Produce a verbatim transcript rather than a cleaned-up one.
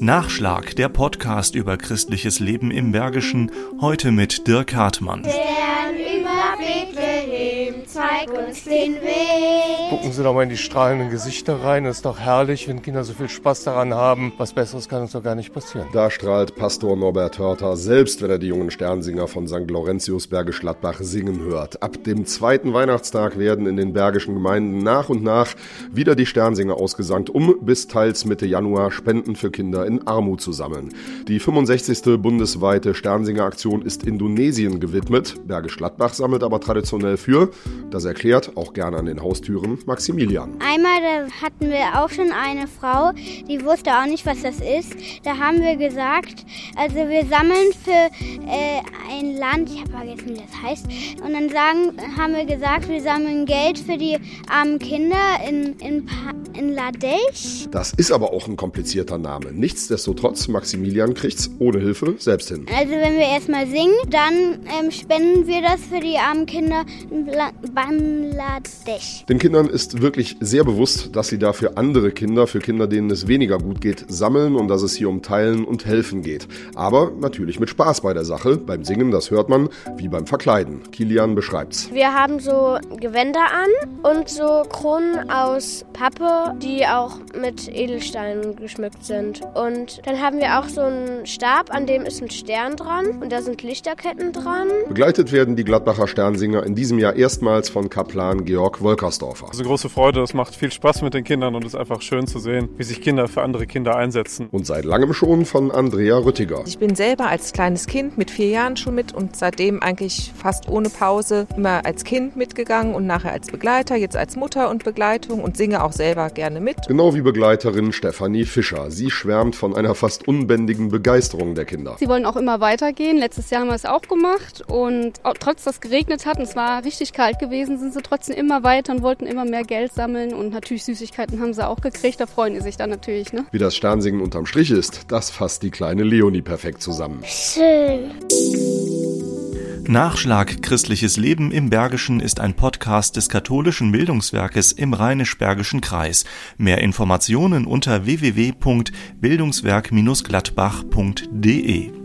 Nachschlag, der Podcast über christliches Leben im Bergischen, heute mit Dirk Hartmann. Stern über Bethlehem, zeig uns den Weg. Gucken Sie doch mal in die strahlenden Gesichter rein, das ist doch herrlich, wenn Kinder so viel Spaß daran haben. Was Besseres kann uns doch gar nicht passieren. Da strahlt Pastor Norbert Hörter selbst, wenn er die jungen Sternsinger von Sankt Laurentius Bergisch Gladbach singen hört. Ab dem zweiten Weihnachtstag werden in den bergischen Gemeinden nach und nach wieder die Sternsinger ausgesandt, um bis teils Mitte Januar Spenden für Kinder in Armut zu sammeln. Die fünfundsechzigste bundesweite Sternsinger-Aktion ist Indonesien gewidmet. Bergisch Gladbach sammelt aber traditionell für, das erklärt, auch gerne an den Haustüren, Maximilian. Einmal da hatten wir auch schon eine Frau, die wusste auch nicht, was das ist. Da haben wir gesagt, also wir sammeln für äh, ein Land, ich habe vergessen, wie das heißt. Und dann sagen, haben wir gesagt, wir sammeln Geld für die armen Kinder in, in, in Ladech. Das ist aber auch ein komplizierter Name. Nichtsdestotrotz, Maximilian kriegt's ohne Hilfe selbst hin. Also wenn wir erstmal singen, dann ähm, spenden wir das für die armen Kinder in Bangladesch. Den Kindern ist wirklich sehr bewusst, dass sie da für andere Kinder, für Kinder, denen es weniger gut geht, sammeln und dass es hier um Teilen und Helfen geht. Aber natürlich mit Spaß bei der Sache. Beim Singen, das hört man, wie beim Verkleiden. Kilian beschreibt's. Wir haben so Gewänder an und so Kronen aus Pappe, die auch mit Edelsteinen geschmückt sind. Und dann haben wir auch so einen Stab, an dem ist ein Stern dran und da sind Lichterketten dran. Begleitet werden die Gladbacher Sternsinger in diesem Jahr erstmals von Kaplan Georg Wolkersdorfer. Also große Freude, es macht viel Spaß mit den Kindern und es ist einfach schön zu sehen, wie sich Kinder für andere Kinder einsetzen. Und seit langem schon von Andrea Rüttiger. Ich bin selber als kleines Kind mit vier Jahren schon mit und seitdem eigentlich fast ohne Pause immer als Kind mitgegangen und nachher als Begleiter, jetzt als Mutter und Begleitung und singe auch selber gerne mit. Genau wie Begleiterin Stefanie Fischer. Sie schwärmt von einer fast unbändigen Begeisterung der Kinder. Sie wollen auch immer weitergehen. Letztes Jahr haben wir es auch gemacht und trotz dass es geregnet hat und es war richtig kalt gewesen, sind sie trotzdem immer weiter und wollten immer mehr Geld sammeln und natürlich Süßigkeiten haben sie auch gekriegt. Da freuen die sich dann natürlich, ne? Wie das Sternsingen unterm Strich ist, das fasst die kleine Leonie perfekt zusammen. Schön. Nachschlag Christliches Leben im Bergischen ist ein Podcast des katholischen Bildungswerkes im Rheinisch-Bergischen Kreis. Mehr Informationen unter w w w punkt bildungswerk Bindestrich gladbach punkt d e.